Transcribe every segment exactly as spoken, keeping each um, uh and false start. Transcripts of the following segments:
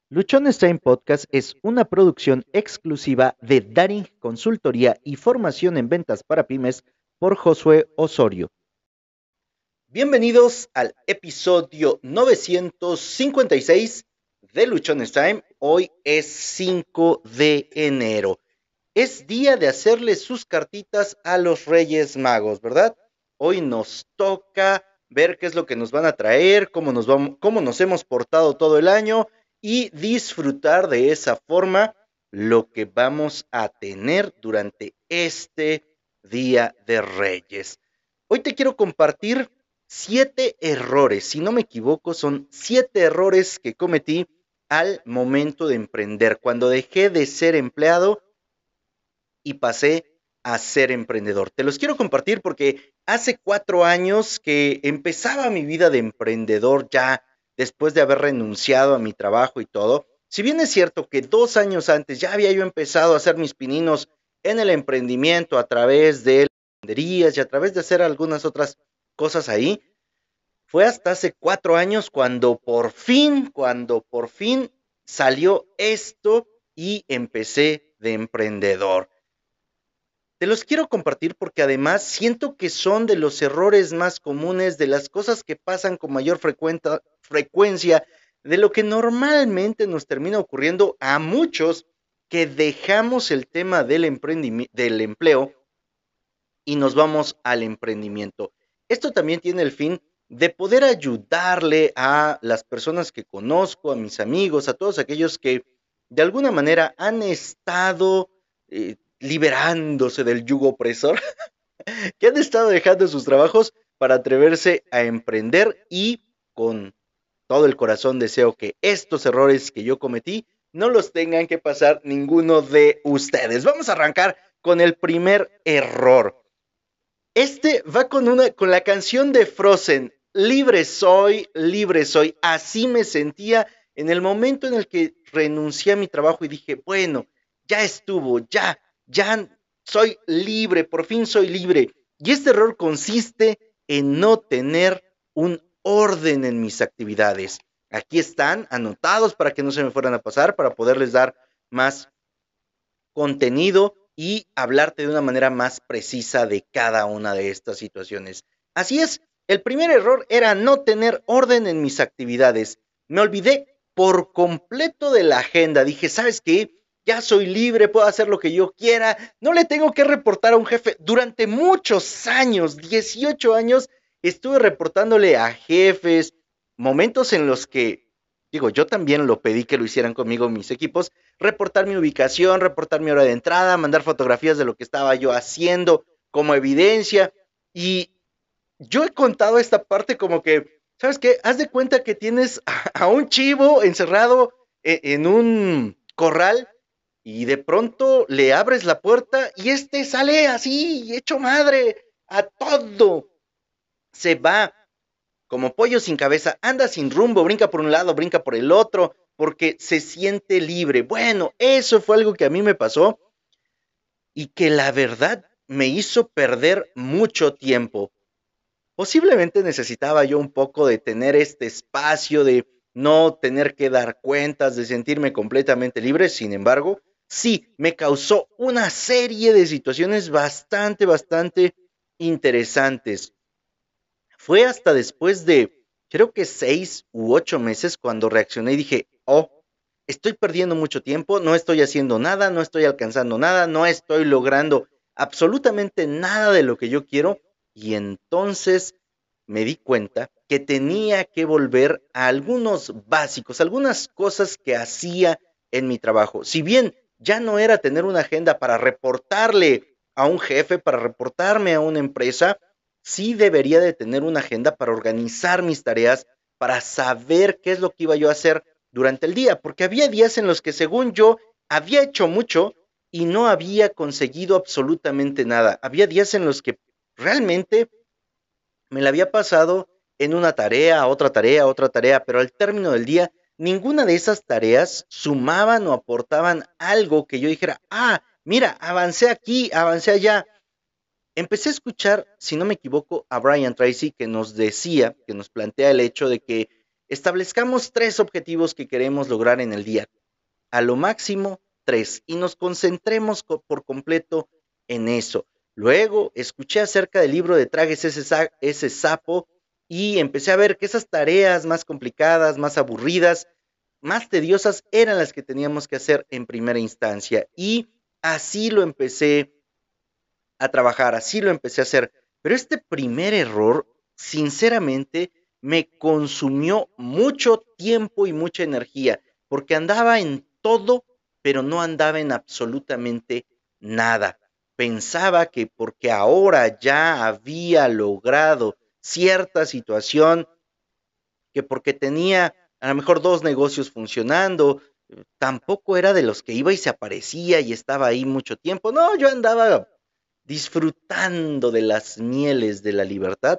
Luchones Time Podcast es una producción exclusiva de Daring Consultoría y Formación en Ventas para Pymes por Josué Osorio. Bienvenidos al episodio novecientos cincuenta y seis de Luchones Time. Hoy es cinco de enero. Es día de hacerle sus cartitas a los Reyes Magos, ¿verdad? Hoy nos toca ver qué es lo que nos van a traer, cómo nos, vamos, cómo nos hemos portado todo el año y disfrutar de esa forma lo que vamos a tener durante este Día de Reyes. Hoy te quiero compartir siete errores, si no me equivoco, son siete errores que cometí al momento de emprender, cuando dejé de ser empleado y pasé a ser emprendedor. Te los quiero compartir porque hace cuatro años que empezaba mi vida de emprendedor ya después de haber renunciado a mi trabajo y todo. Si bien es cierto que dos años antes ya había yo empezado a hacer mis pininos en el emprendimiento a través de lavanderías y a través de hacer algunas otras cosas ahí, fue hasta hace cuatro años cuando por fin, cuando por fin salió esto y empecé de emprendedor. Te los quiero compartir porque además siento que son de los errores más comunes, de las cosas que pasan con mayor frecuenta, frecuencia, de lo que normalmente nos termina ocurriendo a muchos que dejamos el tema del, del empleo y nos vamos al emprendimiento. Esto también tiene el fin de poder ayudarle a las personas que conozco, a mis amigos, a todos aquellos que de alguna manera han estado eh, liberándose del yugo opresor, que han estado dejando sus trabajos para atreverse a emprender y con todo el corazón deseo que estos errores que yo cometí no los tengan que pasar ninguno de ustedes. Vamos a arrancar con el primer error. Este va con, una, con la canción de Frozen, Libre soy, libre soy. Así me sentía en el momento en el que renuncié a mi trabajo y dije, bueno, ya estuvo, ya, ya soy libre, por fin soy libre. Y este error consiste en no tener un orden en mis actividades. Aquí están anotados para que no se me fueran a pasar, para poderles dar más contenido y hablarte de una manera más precisa de cada una de estas situaciones. Así es, el primer error era no tener orden en mis actividades. Me olvidé por completo de la agenda. Dije, ¿sabes qué? Ya soy libre, puedo hacer lo que yo quiera, no le tengo que reportar a un jefe. Durante muchos años, dieciocho años, estuve reportándole a jefes, momentos en los que, digo, yo también lo pedí que lo hicieran conmigo mis equipos, reportar mi ubicación, reportar mi hora de entrada, mandar fotografías de lo que estaba yo haciendo como evidencia. Y yo he contado esta parte como que, ¿sabes qué? Haz de cuenta que tienes a, a un chivo encerrado en, en un corral y de pronto le abres la puerta y este sale así, hecho madre, a todo. Se va como pollo sin cabeza, anda sin rumbo, brinca por un lado, brinca por el otro, porque se siente libre. Bueno, eso fue algo que a mí me pasó y que la verdad me hizo perder mucho tiempo. Posiblemente necesitaba yo un poco de tener este espacio, de no tener que dar cuentas, de sentirme completamente libre. Sin embargo, sí, me causó una serie de situaciones bastante, bastante interesantes. Fue hasta después de, creo que seis u ocho meses cuando reaccioné y dije, oh, estoy perdiendo mucho tiempo, no estoy haciendo nada, no estoy alcanzando nada, no estoy logrando absolutamente nada de lo que yo quiero. Y entonces me di cuenta que tenía que volver a algunos básicos, algunas cosas que hacía en mi trabajo. Si bien ya no era tener una agenda para reportarle a un jefe, para reportarme a una empresa, sí debería de tener una agenda para organizar mis tareas, para saber qué es lo que iba yo a hacer durante el día, porque había días en los que según yo había hecho mucho y no había conseguido absolutamente nada. Había días en los que realmente me la había pasado en una tarea, otra tarea, otra tarea, pero al término del día ninguna de esas tareas sumaban o aportaban algo que yo dijera, ah, mira, avancé aquí, avancé allá. Empecé a escuchar, si no me equivoco, a Brian Tracy que nos decía, que nos plantea el hecho de que Establezcamos tres objetivos que queremos lograr en el día. A lo máximo, tres. Y nos concentremos co- por completo en eso. Luego, escuché acerca del libro de Tragues ese, sa- ese sapo y empecé a ver que esas tareas más complicadas, más aburridas, más tediosas eran las que teníamos que hacer en primera instancia. Y así lo empecé a trabajar, así lo empecé a hacer. Pero este primer error, sinceramente, me consumió mucho tiempo y mucha energía, porque andaba en todo, pero no andaba en absolutamente nada. Pensaba que porque ahora ya había logrado cierta situación, que porque tenía a lo mejor dos negocios funcionando, eh, tampoco era de los que iba y se aparecía y estaba ahí mucho tiempo. No, yo andaba disfrutando de las mieles de la libertad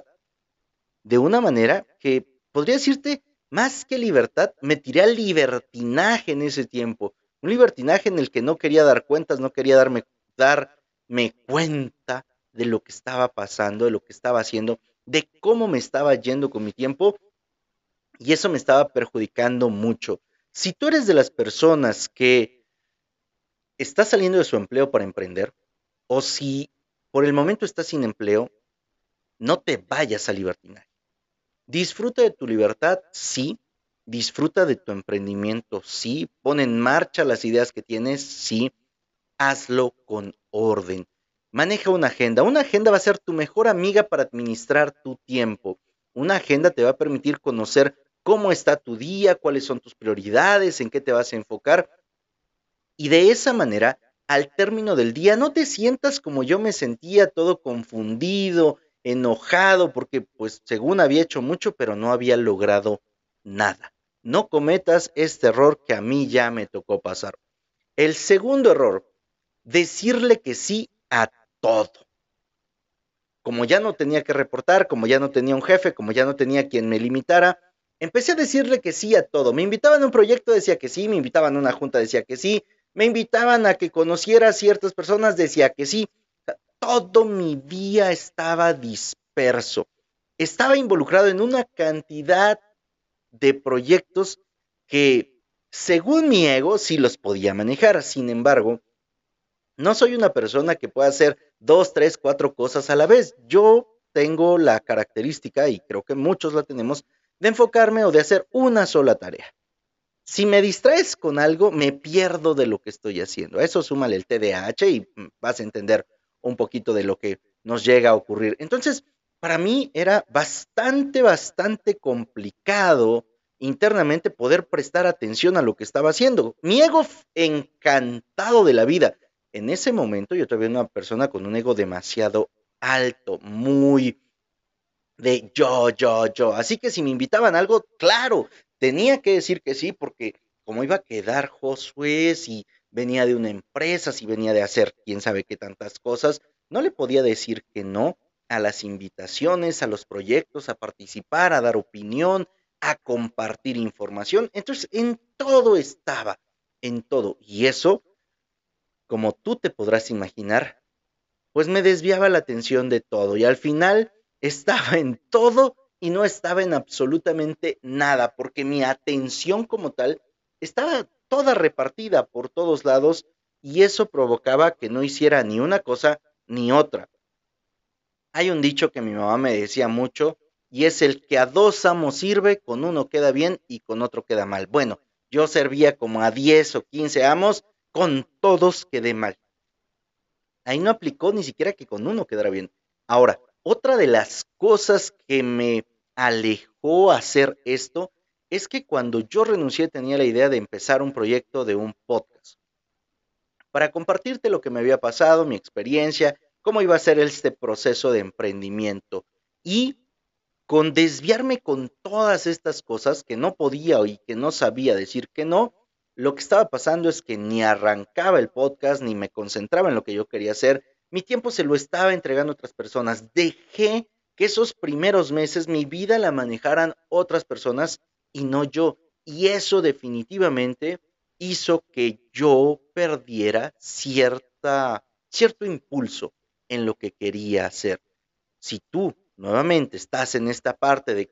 de una manera que podría decirte más que libertad, me tiré al libertinaje en ese tiempo. Un libertinaje en el que no quería dar cuentas, no quería darme, darme cuenta de lo que estaba pasando, de lo que estaba haciendo, de cómo me estaba yendo con mi tiempo y eso me estaba perjudicando mucho. Si tú eres de las personas que está saliendo de su empleo para emprender, o si por el momento estás sin empleo, no te vayas al libertinaje. Disfruta de tu libertad, sí. Disfruta de tu emprendimiento, sí. Pon en marcha las ideas que tienes, sí. Hazlo con orden. Maneja una agenda. Una agenda va a ser tu mejor amiga para administrar tu tiempo. Una agenda te va a permitir conocer cómo está tu día, cuáles son tus prioridades, en qué te vas a enfocar. Y de esa manera, al término del día, no te sientas como yo me sentía, todo confundido, enojado, porque pues según había hecho mucho, pero no había logrado nada. No cometas este error que a mí ya me tocó pasar. El segundo error, decirle que sí a todo. Como ya no tenía que reportar, como ya no tenía un jefe, como ya no tenía quien me limitara, empecé a decirle que sí a todo. Me invitaban a un proyecto, decía que sí, me invitaban a una junta, decía que sí, me invitaban a que conociera a ciertas personas, decía que sí. Todo mi día estaba disperso. Estaba involucrado en una cantidad de proyectos que, según mi ego, sí los podía manejar. Sin embargo, no soy una persona que pueda hacer dos, tres, cuatro cosas a la vez. Yo tengo la característica, y creo que muchos la tenemos, de enfocarme o de hacer una sola tarea. Si me distraes con algo, me pierdo de lo que estoy haciendo. A eso súmale el T D A H y mm, vas a entender un poquito de lo que nos llega a ocurrir. Entonces, para mí era bastante, bastante complicado internamente poder prestar atención a lo que estaba haciendo. Mi ego encantado de la vida. En ese momento yo todavía era una persona con un ego demasiado alto, muy de yo, yo, yo. Así que si me invitaban a algo, claro, tenía que decir que sí, porque como iba a quedar Josué, si venía de una empresa, si venía de hacer quién sabe qué tantas cosas, no le podía decir que no a las invitaciones, a los proyectos, a participar, a dar opinión, a compartir información. Entonces, en todo estaba, en todo. Y eso, como tú te podrás imaginar, pues me desviaba la atención de todo y al final estaba en todo y no estaba en absolutamente nada, porque mi atención como tal estaba toda repartida por todos lados y eso provocaba que no hiciera ni una cosa ni otra. Hay un dicho que mi mamá me decía mucho y es el que a dos amos sirve, con uno queda bien y con otro queda mal. Bueno, yo servía como a diez o quince amos, con todos quedé mal. Ahí no aplicó ni siquiera que con uno quedara bien. Ahora, otra de las cosas que me alejó a hacer esto es que cuando yo renuncié tenía la idea de empezar un proyecto de un podcast para compartirte lo que me había pasado, mi experiencia, cómo iba a ser este proceso de emprendimiento y con desviarme con todas estas cosas que no podía y que no sabía decir que no, lo que estaba pasando es que ni arrancaba el podcast, ni me concentraba en lo que yo quería hacer, mi tiempo se lo estaba entregando a otras personas. Dejé que esos primeros meses mi vida la manejaran otras personas y no yo. Y eso definitivamente hizo que yo perdiera cierta, cierto impulso en lo que quería hacer. Si tú nuevamente estás en esta parte de que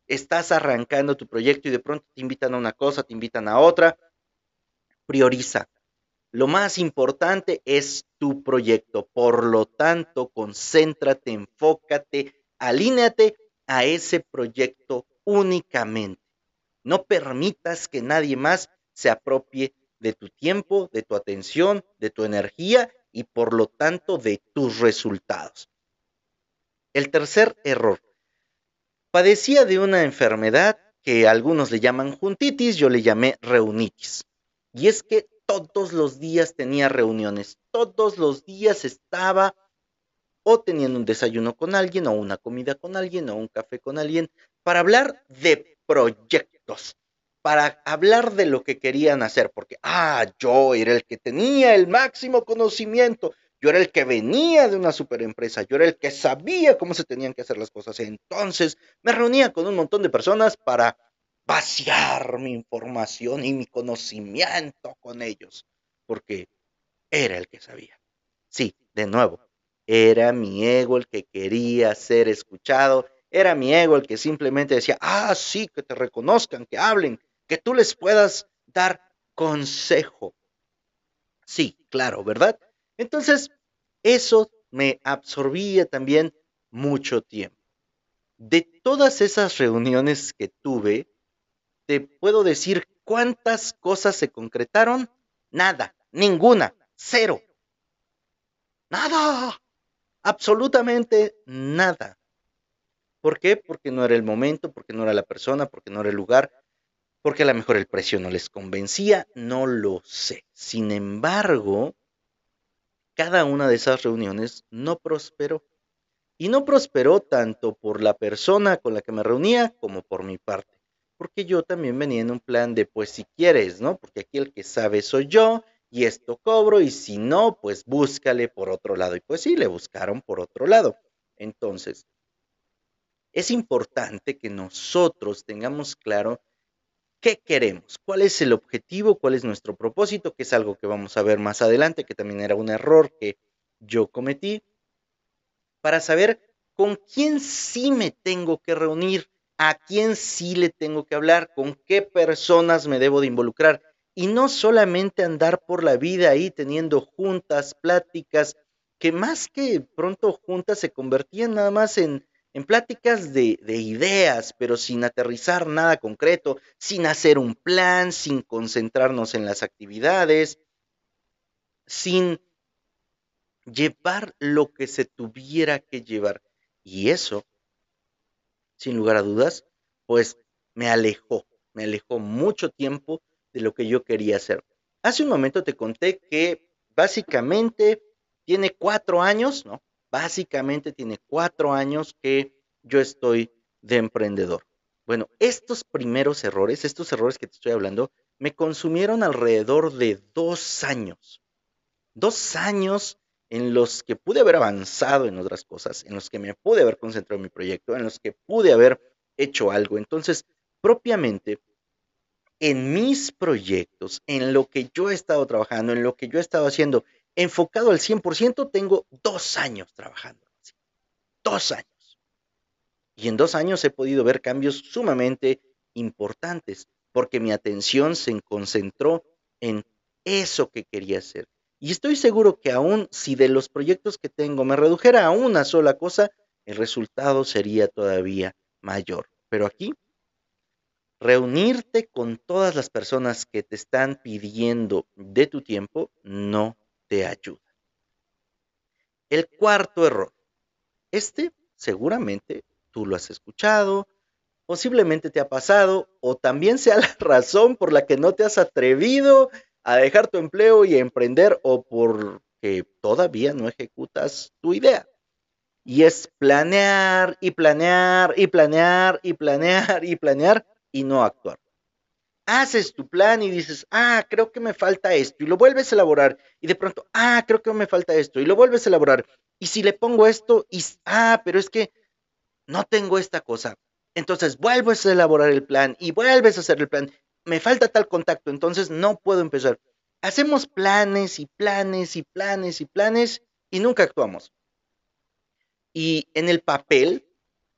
estás arrancando tu proyecto y de pronto te invitan a una cosa, te invitan a otra. Prioriza. Lo más importante es tu proyecto. Por lo tanto, concéntrate, enfócate, alíneate a ese proyecto únicamente. No permitas que nadie más se apropie de tu tiempo, de tu atención, de tu energía y por lo tanto de tus resultados. El tercer error. Padecía de una enfermedad que algunos le llaman juntitis, yo le llamé reunitis. Y es que todos los días tenía reuniones, todos los días estaba o teniendo un desayuno con alguien, o una comida con alguien, o un café con alguien, para hablar de proyectos, para hablar de lo que querían hacer, porque, ah, yo era el que tenía el máximo conocimiento, yo era el que venía de una superempresa, yo era el que sabía cómo se tenían que hacer las cosas. Entonces me reunía con un montón de personas para vaciar mi información y mi conocimiento con ellos, porque era el que sabía. Sí, de nuevo, era mi ego el que quería ser escuchado, era mi ego el que simplemente decía, ah, sí, que te reconozcan, que hablen, que tú les puedas dar consejo. Sí, claro, ¿verdad? Entonces, eso me absorbía también mucho tiempo. De todas esas reuniones que tuve, te puedo decir cuántas cosas se concretaron. Nada, ninguna, cero, nada, absolutamente nada. ¿Por qué? Porque no era el momento, porque no era la persona, porque no era el lugar, porque a lo mejor el precio no les convencía, no lo sé. Sin embargo, cada una de esas reuniones no prosperó. Y no prosperó tanto por la persona con la que me reunía como por mi parte. Porque yo también venía en un plan de, pues si quieres, ¿no? Porque aquí el que sabe soy yo y esto cobro y si no, pues búscale por otro lado. Y pues sí, le buscaron por otro lado. Entonces, es importante que nosotros tengamos claro qué queremos, cuál es el objetivo, cuál es nuestro propósito, que es algo que vamos a ver más adelante, que también era un error que yo cometí, para saber con quién sí me tengo que reunir, a quién sí le tengo que hablar, con qué personas me debo de involucrar. Y no solamente andar por la vida ahí teniendo juntas, pláticas, que más que pronto juntas se convertían nada más en, en pláticas de, de ideas, pero sin aterrizar nada concreto, sin hacer un plan, sin concentrarnos en las actividades, sin llevar lo que se tuviera que llevar. Y eso, sin lugar a dudas, pues me alejó, me alejó mucho tiempo de lo que yo quería hacer. Hace un momento te conté que básicamente tiene cuatro años, ¿no? Básicamente tiene cuatro años que yo estoy de emprendedor. Bueno, estos primeros errores, estos errores que te estoy hablando, me consumieron alrededor de dos años. Dos años en los que pude haber avanzado en otras cosas, en los que me pude haber concentrado en mi proyecto, en los que pude haber hecho algo. Entonces, propiamente, en mis proyectos, en lo que yo he estado trabajando, en lo que yo he estado haciendo, enfocado al cien por ciento, tengo dos años trabajando. ¿Sí? Dos años. Y en dos años he podido ver cambios sumamente importantes, porque mi atención se concentró en eso que quería hacer. Y estoy seguro que aún si de los proyectos que tengo me redujera a una sola cosa, el resultado sería todavía mayor. Pero aquí, reunirte con todas las personas que te están pidiendo de tu tiempo no te ayuda. El cuarto error. Este seguramente tú lo has escuchado, posiblemente te ha pasado o también sea la razón por la que no te has atrevido a dejar tu empleo y a emprender o porque todavía no ejecutas tu idea. Y es planear y planear y planear y planear y planear y no actuar. Haces tu plan y dices, ah, creo que me falta esto y lo vuelves a elaborar y de pronto, ah, creo que me falta esto y lo vuelves a elaborar. Y si le pongo esto y, ah, pero es que no tengo esta cosa. Entonces vuelves a elaborar el plan y vuelves a hacer el plan. Me falta tal contacto, entonces no puedo empezar. Hacemos planes y planes y planes y planes y nunca actuamos. Y en el papel, ¿sí?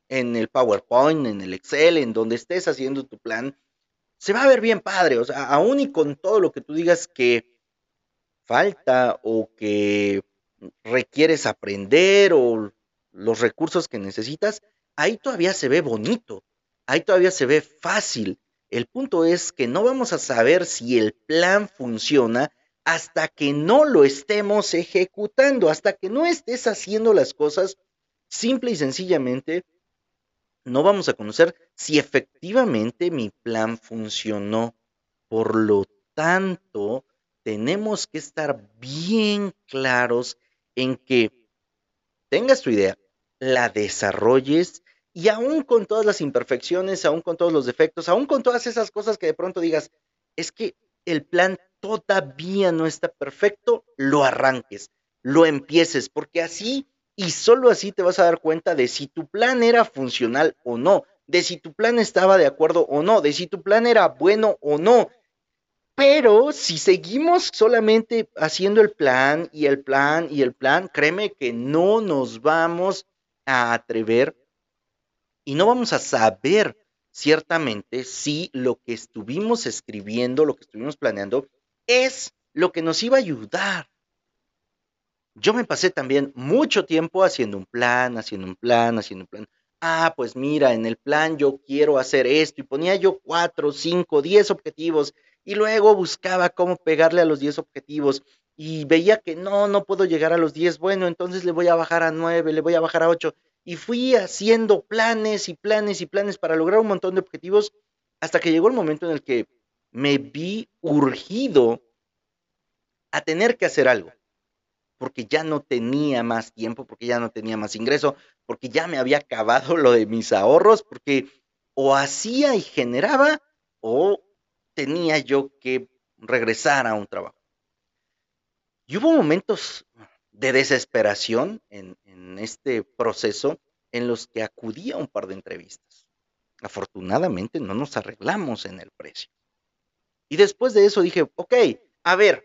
en el PowerPoint, en el Excel, en donde estés haciendo tu plan, se va a ver bien padre. O sea, aún y con todo lo que tú digas que falta o que requieres aprender o los recursos que necesitas, ahí todavía se ve bonito, ahí todavía se ve fácil. El punto es que no vamos a saber si el plan funciona hasta que no lo estemos ejecutando, hasta que no estés haciendo las cosas, simple y sencillamente no vamos a conocer si efectivamente mi plan funcionó. Por lo tanto, tenemos que estar bien claros en que tengas tu idea, la desarrolles y aún con todas las imperfecciones, aún con todos los defectos, aún con todas esas cosas que de pronto digas, es que el plan todavía no está perfecto, lo arranques, lo empieces, porque así y solo así te vas a dar cuenta de si tu plan era funcional o no, de si tu plan estaba de acuerdo o no, de si tu plan era bueno o no. Pero si seguimos solamente haciendo el plan y el plan y el plan, créeme que no nos vamos a atrever y no vamos a saber ciertamente si lo que estuvimos escribiendo, lo que estuvimos planeando, es lo que nos iba a ayudar. Yo me pasé también mucho tiempo haciendo un plan, haciendo un plan, haciendo un plan. Ah, pues mira, en el plan yo quiero hacer esto y ponía yo cuatro, cinco, diez objetivos y luego buscaba cómo pegarle a los diez objetivos y veía que no, no puedo llegar a los diez. Bueno, entonces le voy a bajar a nueve, le voy a bajar a ocho y fui haciendo planes y planes y planes para lograr un montón de objetivos hasta que llegó el momento en el que me vi urgido a tener que hacer algo porque ya no tenía más tiempo, porque ya no tenía más ingreso, porque ya me había acabado lo de mis ahorros, porque o hacía y generaba o tenía yo que regresar a un trabajo. Y hubo momentos de desesperación en, en este proceso en los que acudí a un par de entrevistas. Afortunadamente no nos arreglamos en el precio. Y después de eso dije, ok, a ver,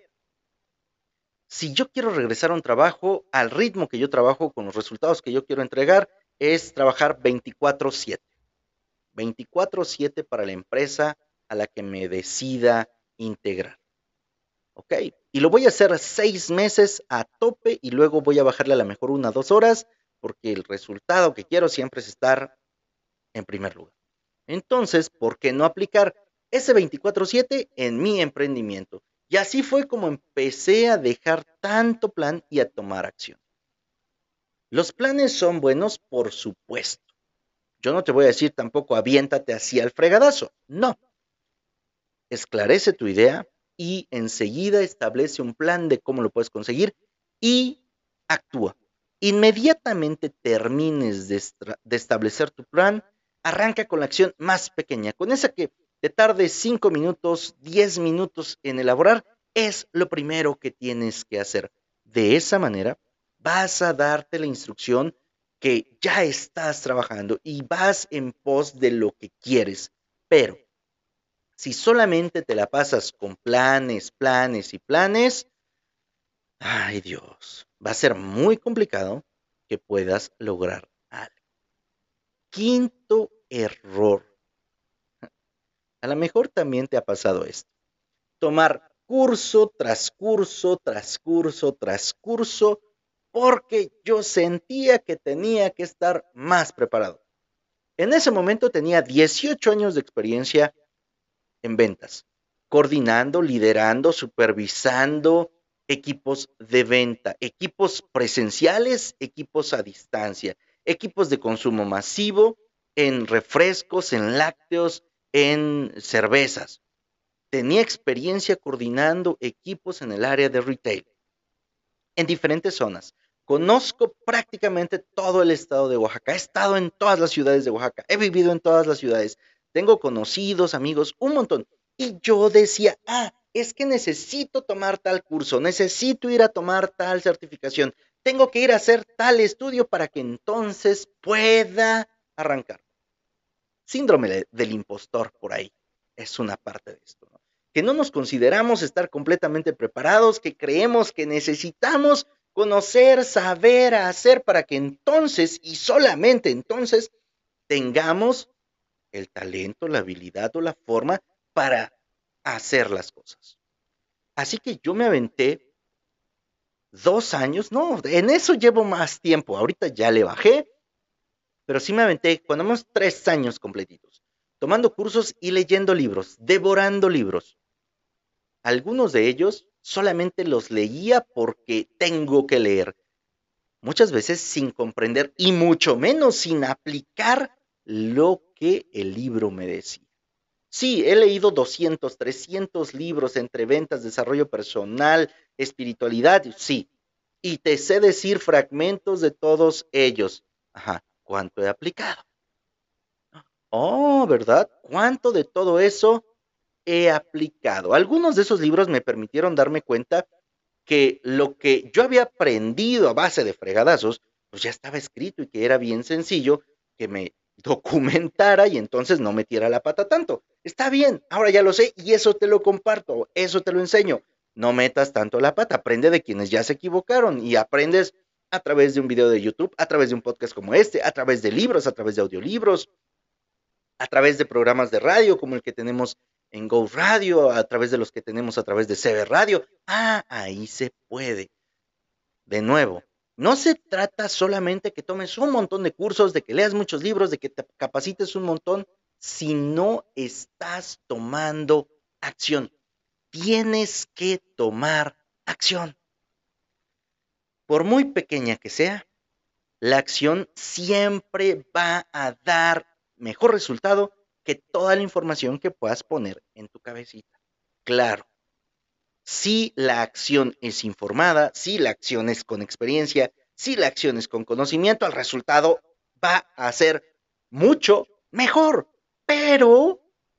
si yo quiero regresar a un trabajo al ritmo que yo trabajo, con los resultados que yo quiero entregar, es trabajar veinticuatro siete. veinticuatro siete para la empresa a la que me decida integrar. ¿Ok? Y lo voy a hacer seis meses a tope y luego voy a bajarle a la mejor una, dos horas, porque el resultado que quiero siempre es estar en primer lugar. Entonces, ¿por qué no aplicar ese veinticuatro siete en mi emprendimiento? Y así fue como empecé a dejar tanto plan y a tomar acción. Los planes son buenos, por supuesto. Yo no te voy a decir tampoco aviéntate así al fregadazo. No. Esclarece tu idea y enseguida establece un plan de cómo lo puedes conseguir y actúa. Inmediatamente termines de, de establecer tu plan, arranca con la acción más pequeña, con esa que te tarde cinco minutos, diez minutos en elaborar, es lo primero que tienes que hacer. De esa manera vas a darte la instrucción que ya estás trabajando y vas en pos de lo que quieres. Pero si solamente te la pasas con planes, planes y planes, ay Dios, va a ser muy complicado que puedas lograr algo. Quinto error. A lo mejor también te ha pasado esto. Tomar curso tras curso, tras curso, tras curso, porque yo sentía que tenía que estar más preparado. En ese momento tenía dieciocho años de experiencia en ventas, coordinando, liderando, supervisando equipos de venta, equipos presenciales, equipos a distancia, equipos de consumo masivo, en refrescos, en lácteos, en cervezas. Tenía experiencia coordinando equipos en el área de retail, en diferentes zonas. Conozco prácticamente todo el estado de Oaxaca. He estado en todas las ciudades de Oaxaca. He vivido en todas las ciudades. Tengo conocidos, amigos, un montón. Y yo decía, ah, es que necesito tomar tal curso, necesito ir a tomar tal certificación, tengo que ir a hacer tal estudio para que entonces pueda arrancar. Síndrome del impostor por ahí es una parte de esto, ¿no? Que no nos consideramos estar completamente preparados, que creemos que necesitamos conocer, saber, hacer para que entonces y solamente entonces tengamos el talento, la habilidad o la forma para hacer las cosas. Así que yo me aventé dos años, no, en eso llevo más tiempo, ahorita ya le bajé, pero sí me aventé, cuando menos tres años completitos, tomando cursos y leyendo libros, devorando libros. Algunos de ellos solamente los leía porque tengo que leer, muchas veces sin comprender y mucho menos sin aplicar lo que el libro me decía. Sí, he leído doscientos, trescientos libros entre ventas, desarrollo personal, espiritualidad, sí. Y te sé decir fragmentos de todos ellos. Ajá, ¿cuánto he aplicado? Oh, ¿verdad? ¿Cuánto de todo eso he aplicado? Algunos de esos libros me permitieron darme cuenta que lo que yo había aprendido a base de fregadazos, pues ya estaba escrito y que era bien sencillo que me documentara y entonces no metiera la pata tanto. Está bien, ahora ya lo sé y eso te lo comparto, eso te lo enseño. No metas tanto la pata, aprende de quienes ya se equivocaron y aprendes a través de un video de YouTube, a través de un podcast como este, a través de libros, a través de audiolibros, a través de programas de radio como el que tenemos en Go Radio, a través de los que tenemos a través de C B Radio. Ah, ahí se puede. De nuevo, no se trata solamente que tomes un montón de cursos, de que leas muchos libros, de que te capacites un montón, si no estás tomando acción. Tienes que tomar acción. Por muy pequeña que sea, la acción siempre va a dar mejor resultado que toda la información que puedas poner en tu cabecita. Claro, si la acción es informada, si la acción es con experiencia, si la acción es con conocimiento, el resultado va a ser mucho mejor. Pero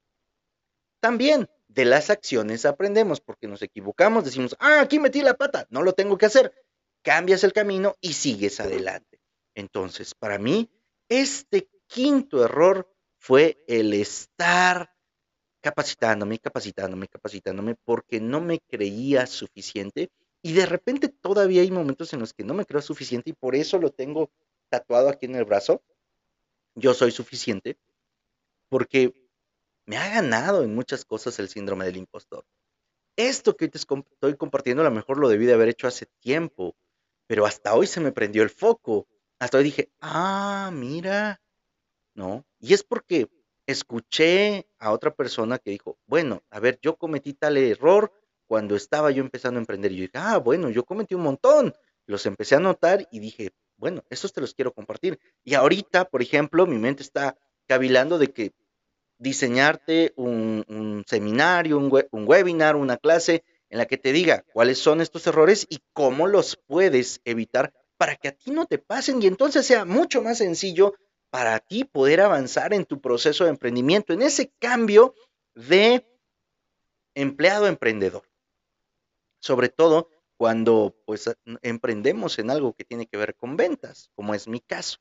también de las acciones aprendemos porque nos equivocamos, decimos, ah, aquí metí la pata, no lo tengo que hacer. Cambias el camino y sigues adelante. Entonces, para mí, este quinto error fue el estar capacitándome, capacitándome, capacitándome, porque no me creía suficiente. Y de repente todavía hay momentos en los que no me creo suficiente y por eso lo tengo tatuado aquí en el brazo. Yo soy suficiente porque me ha ganado en muchas cosas el síndrome del impostor. Esto que te estoy compartiendo a lo mejor lo debí de haber hecho hace tiempo, pero hasta hoy se me prendió el foco. Hasta hoy dije, ah, mira, ¿no? Y es porque escuché a otra persona que dijo, bueno, a ver, yo cometí tal error cuando estaba yo empezando a emprender. Y yo dije, ah, bueno, yo cometí un montón. Los empecé a notar y dije, bueno, estos te los quiero compartir. Y ahorita, por ejemplo, mi mente está cavilando de que diseñarte un, un seminario, un, we un webinar, una clase en la que te diga cuáles son estos errores y cómo los puedes evitar para que a ti no te pasen y entonces sea mucho más sencillo para ti poder avanzar en tu proceso de emprendimiento, en ese cambio de empleado a emprendedor. Sobre todo cuando pues emprendemos en algo que tiene que ver con ventas, como es mi caso.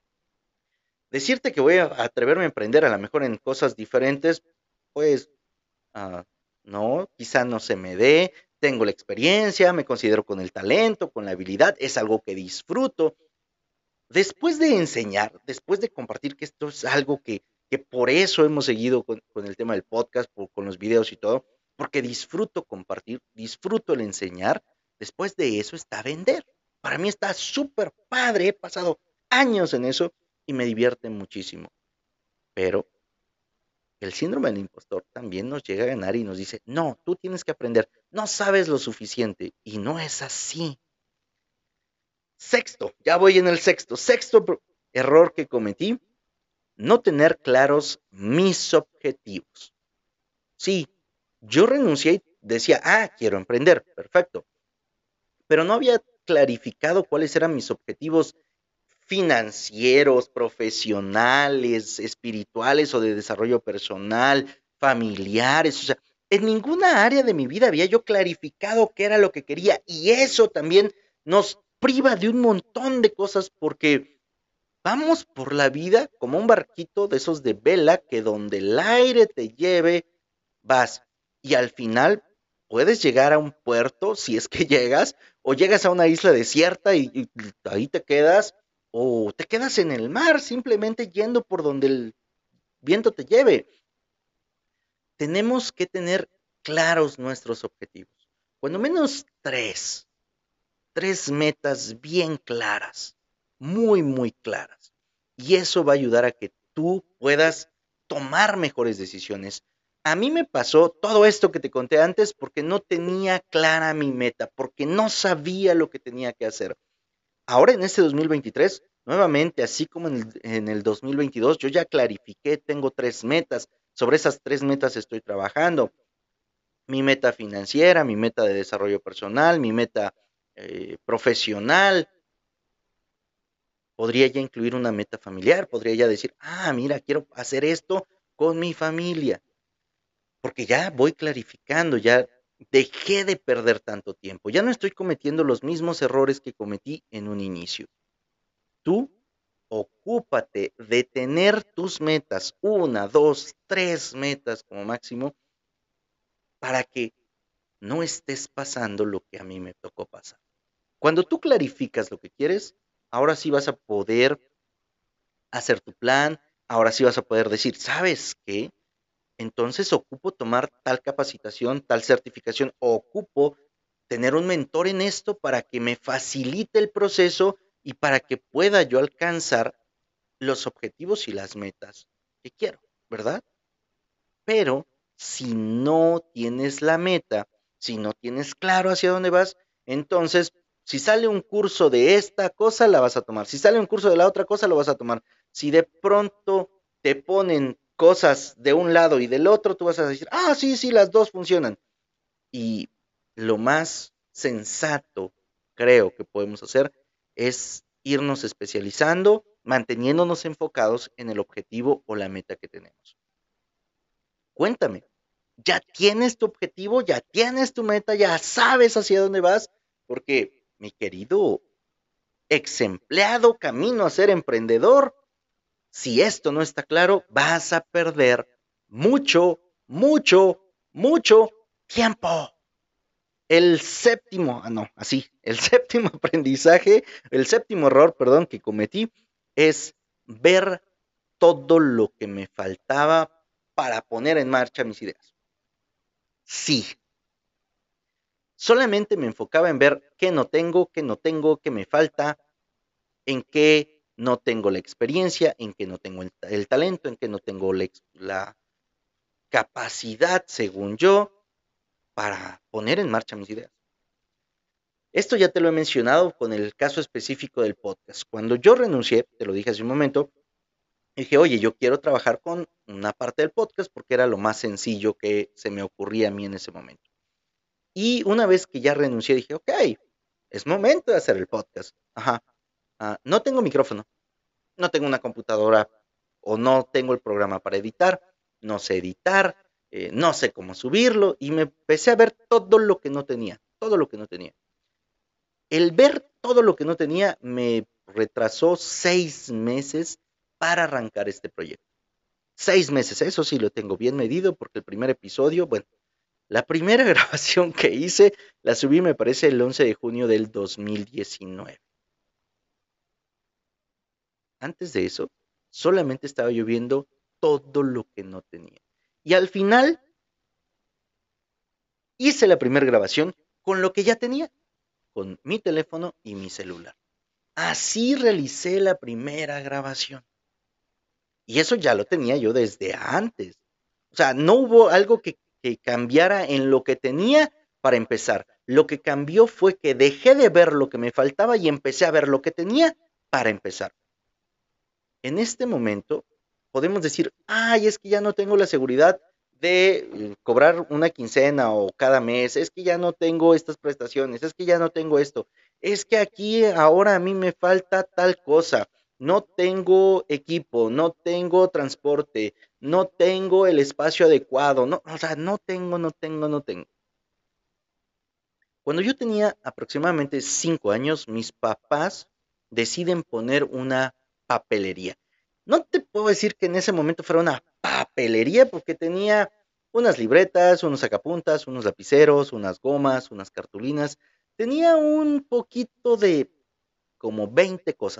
Decirte que voy a atreverme a emprender a lo mejor en cosas diferentes, pues uh, no, quizá no se me dé, tengo la experiencia, me considero con el talento, con la habilidad, es algo que disfruto. Después de enseñar, después de compartir que esto es algo que, que por eso hemos seguido con, con el tema del podcast, por, con los videos y todo, porque disfruto compartir, disfruto el enseñar, después de eso está vender. Para mí está súper padre, he pasado años en eso y me divierte muchísimo. Pero el síndrome del impostor también nos llega a ganar y nos dice, no, tú tienes que aprender, no sabes lo suficiente. Y no es así. Sexto, ya voy en el sexto, sexto error que cometí, no tener claros mis objetivos. Sí, yo renuncié y decía, ah, quiero emprender, perfecto. Pero no había clarificado cuáles eran mis objetivos financieros, profesionales, espirituales o de desarrollo personal, familiares, o sea, en ninguna área de mi vida había yo clarificado qué era lo que quería y eso también nos priva de un montón de cosas porque vamos por la vida como un barquito de esos de vela que donde el aire te lleve, vas y al final puedes llegar a un puerto si es que llegas o llegas a una isla desierta y, y ahí te quedas o te quedas en el mar simplemente yendo por donde el viento te lleve. Tenemos que tener claros nuestros objetivos. Cuando menos tres, tres metas bien claras, muy, muy claras. Y eso va a ayudar a que tú puedas tomar mejores decisiones. A mí me pasó todo esto que te conté antes porque no tenía clara mi meta, porque no sabía lo que tenía que hacer. Ahora en este dos mil veintitrés, nuevamente, así como en el, en el dos mil veintidós, yo ya clarifiqué, tengo tres metas. Sobre esas tres metas estoy trabajando. Mi meta financiera, mi meta de desarrollo personal, mi meta eh, profesional. Podría ya incluir una meta familiar, podría ya decir, ah, mira, quiero hacer esto con mi familia, porque ya voy clarificando, ya dejé de perder tanto tiempo, ya no estoy cometiendo los mismos errores que cometí en un inicio. Tú ocúpate de tener tus metas, una, dos, tres metas como máximo, para que no estés pasando lo que a mí me tocó pasar. Cuando tú clarificas lo que quieres, ahora sí vas a poder hacer tu plan, ahora sí vas a poder decir, ¿sabes qué? Entonces ocupo tomar tal capacitación, tal certificación, o ocupo tener un mentor en esto para que me facilite el proceso y para que pueda yo alcanzar los objetivos y las metas que quiero, ¿verdad? Pero si no tienes la meta, si no tienes claro hacia dónde vas, entonces si sale un curso de esta cosa, la vas a tomar. Si sale un curso de la otra cosa, lo vas a tomar. Si de pronto te ponen cosas de un lado y del otro, tú vas a decir, ah, sí, sí, las dos funcionan. Y lo más sensato, creo que podemos hacer, es irnos especializando, manteniéndonos enfocados en el objetivo o la meta que tenemos. Cuéntame, ¿ya tienes tu objetivo? ¿Ya tienes tu meta? ¿Ya sabes hacia dónde vas? Porque, mi querido ex empleado camino a ser emprendedor, si esto no está claro, vas a perder mucho, mucho, mucho tiempo. El séptimo, ah, no, así, el séptimo aprendizaje, el séptimo error, perdón, que cometí es ver todo lo que me faltaba para poner en marcha mis ideas. Sí, solamente me enfocaba en ver qué no tengo, qué no tengo, qué me falta, en qué no tengo la experiencia, en qué no tengo el, el talento, en qué no tengo la, la capacidad, según yo, para poner en marcha mis ideas. Esto ya te lo he mencionado con el caso específico del podcast. Cuando yo renuncié, te lo dije hace un momento, dije, oye, yo quiero trabajar con una parte del podcast porque era lo más sencillo que se me ocurría a mí en ese momento. Y una vez que ya renuncié, dije, ok, es momento de hacer el podcast. Ajá. Ah, no tengo micrófono, no tengo una computadora o no tengo el programa para editar, no sé editar, eh, no sé cómo subirlo y me empecé a ver todo lo que no tenía, todo lo que no tenía. El ver todo lo que no tenía me retrasó seis meses para arrancar este proyecto. Seis meses, eso sí lo tengo bien medido porque el primer episodio, bueno, la primera grabación que hice la subí me parece el once de junio del dos mil diecinueve. Antes de eso, solamente estaba yo viendo todo lo que no tenía. Y al final hice la primera grabación con lo que ya tenía, con mi teléfono y mi celular. Así realicé la primera grabación. Y eso ya lo tenía yo desde antes. O sea, no hubo algo que, que cambiara en lo que tenía para empezar. Lo que cambió fue que dejé de ver lo que me faltaba y empecé a ver lo que tenía para empezar. En este momento podemos decir, ay, es que ya no tengo la seguridad de eh, cobrar una quincena o cada mes, es que ya no tengo estas prestaciones, es que ya no tengo esto, es que aquí ahora a mí me falta tal cosa, no tengo equipo, no tengo transporte, no tengo el espacio adecuado, no, o sea, no tengo, no tengo, no tengo. Cuando yo tenía aproximadamente cinco años, mis papás deciden poner una papelería. No te puedo decir que en ese momento fuera una papelería porque tenía unas libretas, unos sacapuntas, unos lapiceros, unas gomas, unas cartulinas. Tenía un poquito de como veinte cosas.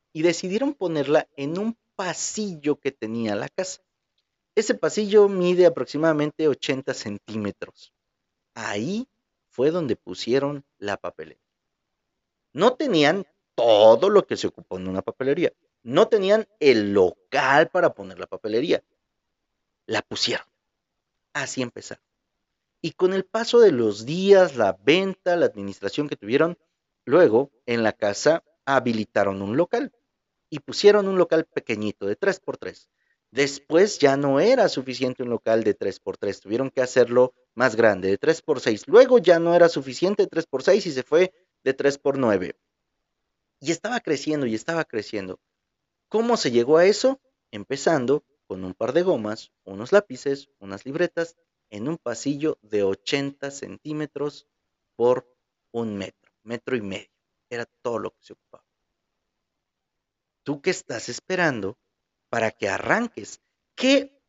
y decidieron ponerla en un pasillo que tenía la casa. Ese pasillo mide aproximadamente ochenta centímetros. Ahí fue donde pusieron la papelería. No tenían todo lo que se ocupó en una papelería. No tenían el local para poner la papelería. La pusieron. Así empezaron. Y con el paso de los días, la venta, la administración que tuvieron, luego en la casa habilitaron un local y pusieron un local pequeñito de tres por tres. Después ya no era suficiente un local de tres por tres, tuvieron que hacerlo más grande, de tres por seis. Luego ya no era suficiente tres por seis y se fue de tres por nueve. Y estaba creciendo y estaba creciendo. ¿Cómo se llegó a eso? Empezando con un par de gomas, unos lápices, unas libretas, en un pasillo de ochenta centímetros por un metro, metro y medio. Era todo lo que se ocupaba. ¿Tú qué estás esperando para que arranques? ¿Qué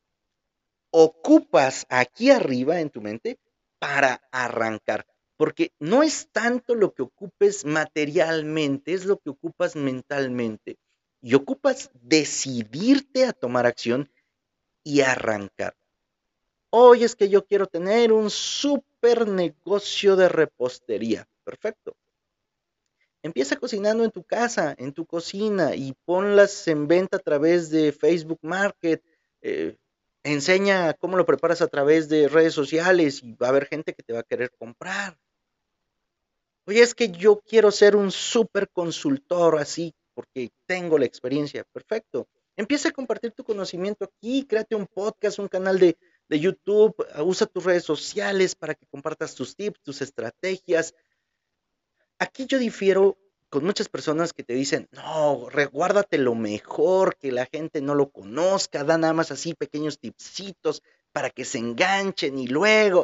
ocupas aquí arriba en tu mente para arrancar? Porque no es tanto lo que ocupes materialmente, es lo que ocupas mentalmente. Y ocupas decidirte a tomar acción y arrancar. Hoy es que yo quiero tener un super negocio de repostería. Perfecto. Empieza cocinando en tu casa, en tu cocina y ponlas en venta a través de Facebook Market. eh, Enseña cómo lo preparas a través de redes sociales y va a haber gente que te va a querer comprar. Oye, es que yo quiero ser un super consultor así porque tengo la experiencia. Perfecto. Empieza a compartir tu conocimiento aquí, créate un podcast, un canal de, de YouTube, usa tus redes sociales para que compartas tus tips, tus estrategias. Aquí yo difiero con muchas personas que te dicen, no, reguárdate lo mejor, que la gente no lo conozca, da nada más así pequeños tipsitos para que se enganchen y luego.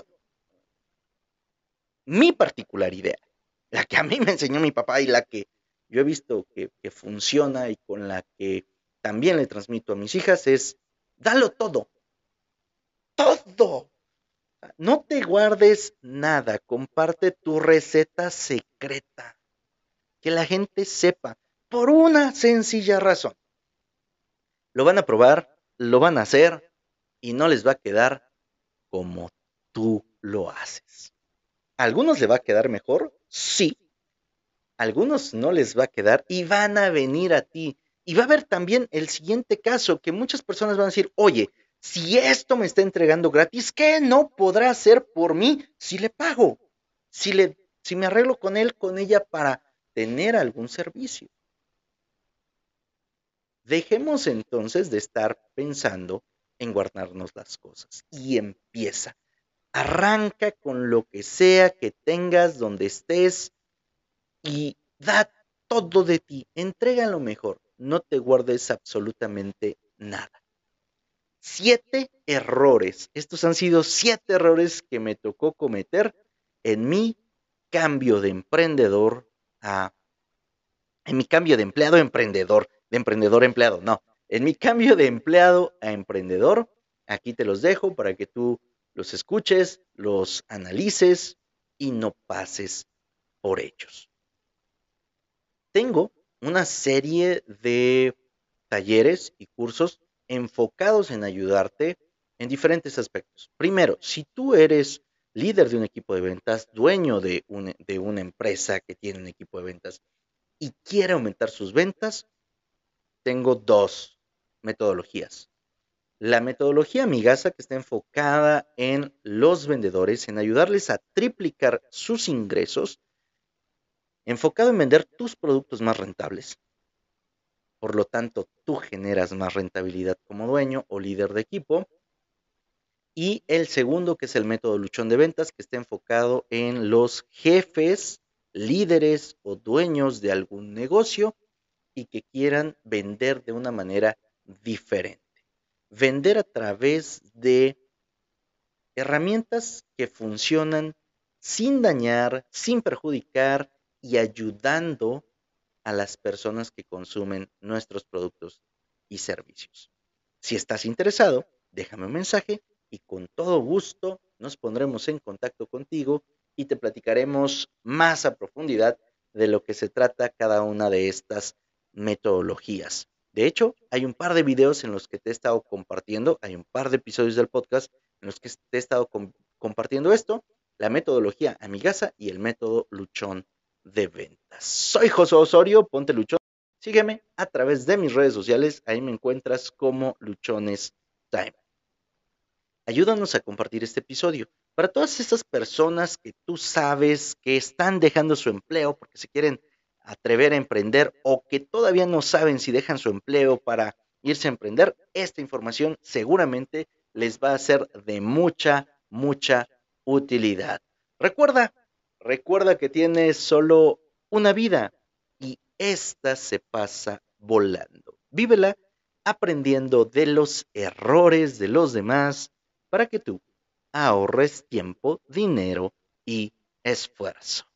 Mi particular idea, la que a mí me enseñó mi papá y la que yo he visto que, que funciona y con la que también le transmito a mis hijas es, dalo todo, todo. No te guardes nada, comparte tu receta secreta. Que la gente sepa, por una sencilla razón. Lo van a probar, lo van a hacer y no les va a quedar como tú lo haces. ¿A algunos le va a quedar mejor? Sí. A algunos no les va a quedar y van a venir a ti. Y va a haber también el siguiente caso, que muchas personas van a decir, oye, si esto me está entregando gratis, ¿qué no podrá hacer por mí si le pago? Si, le, si me arreglo con él, con ella para tener algún servicio. Dejemos entonces de estar pensando en guardarnos las cosas y empieza. Arranca con lo que sea que tengas donde estés y da todo de ti. Entrega lo mejor. No te guardes absolutamente nada. Siete errores. Estos han sido siete errores que me tocó cometer en mi cambio de emprendedor a en mi cambio de empleado a emprendedor, de emprendedor a empleado, no, en mi cambio de empleado a emprendedor, aquí te los dejo para que tú los escuches, los analices y no pases por ellos. Tengo una serie de talleres y cursos enfocados en ayudarte en diferentes aspectos. Primero, si tú eres líder de un equipo de ventas, dueño de, un, de una empresa que tiene un equipo de ventas, y quiere aumentar sus ventas, tengo dos metodologías. La metodología Migasa, que está enfocada en los vendedores, en ayudarles a triplicar sus ingresos, enfocado en vender tus productos más rentables. Por lo tanto, tú generas más rentabilidad como dueño o líder de equipo. Y el segundo, que es el método luchón de ventas, que está enfocado en los jefes, líderes o dueños de algún negocio y que quieran vender de una manera diferente. Vender a través de herramientas que funcionan sin dañar, sin perjudicar y ayudando a las personas que consumen nuestros productos y servicios. Si estás interesado, déjame un mensaje y con todo gusto nos pondremos en contacto contigo y te platicaremos más a profundidad de lo que se trata cada una de estas metodologías. De hecho, hay un par de videos en los que te he estado compartiendo, hay un par de episodios del podcast en los que te he estado com compartiendo esto, la metodología Amigasa y el método Luchón de ventas. Soy José Osorio, ponte Luchón. Sígueme a través de mis redes sociales, ahí me encuentras como Luchones Time. Ayúdanos a compartir este episodio para todas esas personas que tú sabes que están dejando su empleo porque se quieren atrever a emprender o que todavía no saben si dejan su empleo para irse a emprender. Esta información seguramente les va a ser de mucha, mucha utilidad. Recuerda, recuerda que tienes solo una vida y esta se pasa volando. Vívela aprendiendo de los errores de los demás para que tú ahorres tiempo, dinero y esfuerzo.